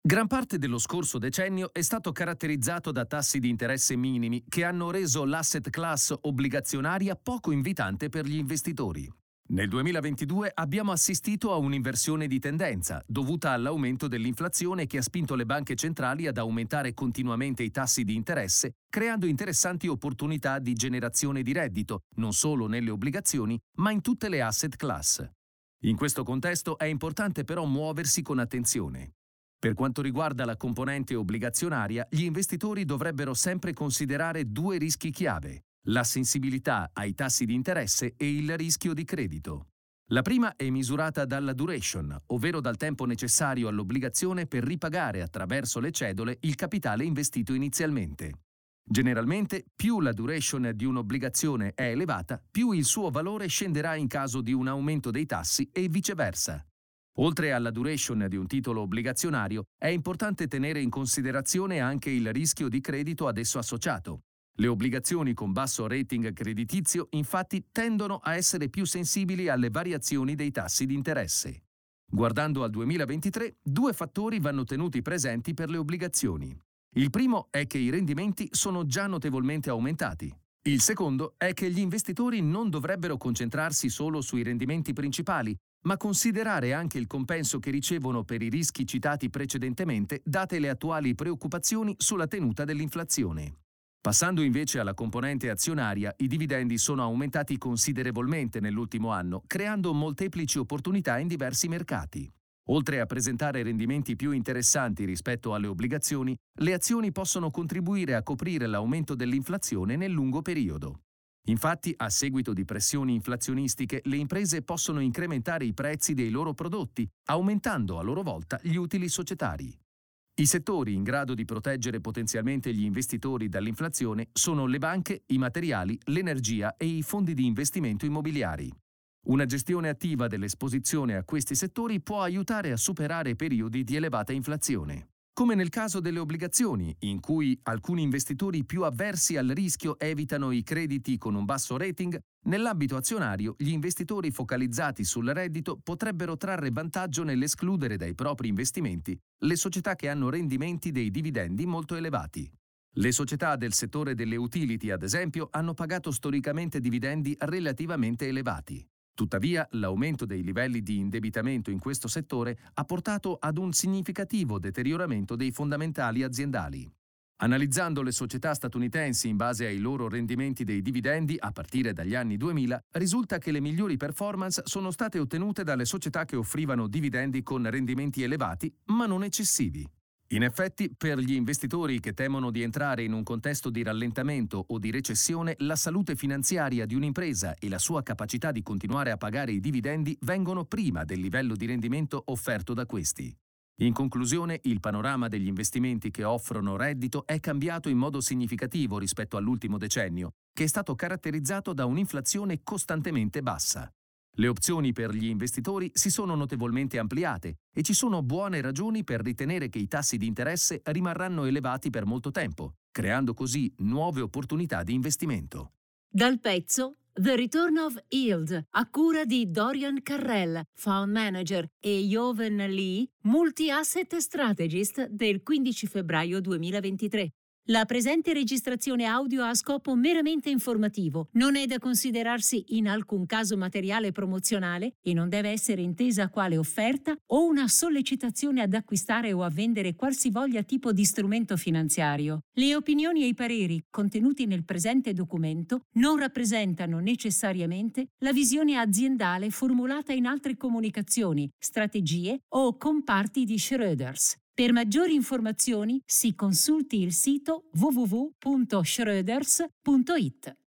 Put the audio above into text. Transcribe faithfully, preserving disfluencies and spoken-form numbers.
Gran parte dello scorso decennio è stato caratterizzato da tassi di interesse minimi che hanno reso l'asset class obbligazionaria poco invitante per gli investitori. Nel duemilaventidue abbiamo assistito a un'inversione di tendenza dovuta all'aumento dell'inflazione che ha spinto le banche centrali ad aumentare continuamente i tassi di interesse, creando interessanti opportunità di generazione di reddito, non solo nelle obbligazioni, ma in tutte le asset class. In questo contesto è importante però muoversi con attenzione. Per quanto riguarda la componente obbligazionaria, gli investitori dovrebbero sempre considerare due rischi chiave: la sensibilità ai tassi di interesse e il rischio di credito. La prima è misurata dalla duration, ovvero dal tempo necessario all'obbligazione per ripagare attraverso le cedole il capitale investito inizialmente. Generalmente, più la duration di un'obbligazione è elevata, più il suo valore scenderà in caso di un aumento dei tassi e viceversa. Oltre alla duration di un titolo obbligazionario, è importante tenere in considerazione anche il rischio di credito ad esso associato. Le obbligazioni con basso rating creditizio, infatti, tendono a essere più sensibili alle variazioni dei tassi di interesse. Guardando al duemilaventitré, due fattori vanno tenuti presenti per le obbligazioni. Il primo è che i rendimenti sono già notevolmente aumentati. Il secondo è che gli investitori non dovrebbero concentrarsi solo sui rendimenti principali, ma considerare anche il compenso che ricevono per i rischi citati precedentemente, date le attuali preoccupazioni sulla tenuta dell'inflazione. Passando invece alla componente azionaria, i dividendi sono aumentati considerevolmente nell'ultimo anno, creando molteplici opportunità in diversi mercati. Oltre a presentare rendimenti più interessanti rispetto alle obbligazioni, le azioni possono contribuire a coprire l'aumento dell'inflazione nel lungo periodo. Infatti, a seguito di pressioni inflazionistiche, le imprese possono incrementare i prezzi dei loro prodotti, aumentando a loro volta gli utili societari. I settori in grado di proteggere potenzialmente gli investitori dall'inflazione sono le banche, i materiali, l'energia e i fondi di investimento immobiliari. Una gestione attiva dell'esposizione a questi settori può aiutare a superare periodi di elevata inflazione. Come nel caso delle obbligazioni, in cui alcuni investitori più avversi al rischio evitano i crediti con un basso rating, nell'ambito azionario gli investitori focalizzati sul reddito potrebbero trarre vantaggio nell'escludere dai propri investimenti le società che hanno rendimenti dei dividendi molto elevati. Le società del settore delle utility, ad esempio, hanno pagato storicamente dividendi relativamente elevati. Tuttavia, l'aumento dei livelli di indebitamento in questo settore ha portato ad un significativo deterioramento dei fondamentali aziendali. Analizzando le società statunitensi in base ai loro rendimenti dei dividendi a partire dagli anni duemila, risulta che le migliori performance sono state ottenute dalle società che offrivano dividendi con rendimenti elevati, ma non eccessivi. In effetti, per gli investitori che temono di entrare in un contesto di rallentamento o di recessione, la salute finanziaria di un'impresa e la sua capacità di continuare a pagare i dividendi vengono prima del livello di rendimento offerto da questi. In conclusione, il panorama degli investimenti che offrono reddito è cambiato in modo significativo rispetto all'ultimo decennio, che è stato caratterizzato da un'inflazione costantemente bassa. Le opzioni per gli investitori si sono notevolmente ampliate e ci sono buone ragioni per ritenere che i tassi di interesse rimarranno elevati per molto tempo, creando così nuove opportunità di investimento. Dal pezzo The Return of Yield, a cura di Dorian Carrell, Fund Manager, e Joven Lee, Multi-Asset Strategist, del quindici febbraio duemilaventitré. La presente registrazione audio ha scopo meramente informativo, non è da considerarsi in alcun caso materiale promozionale e non deve essere intesa quale offerta o una sollecitazione ad acquistare o a vendere qualsivoglia tipo di strumento finanziario. Le opinioni e i pareri contenuti nel presente documento non rappresentano necessariamente la visione aziendale formulata in altre comunicazioni, strategie o comparti di Schroders. Per maggiori informazioni si consulti il sito w w w punto schroders punto it.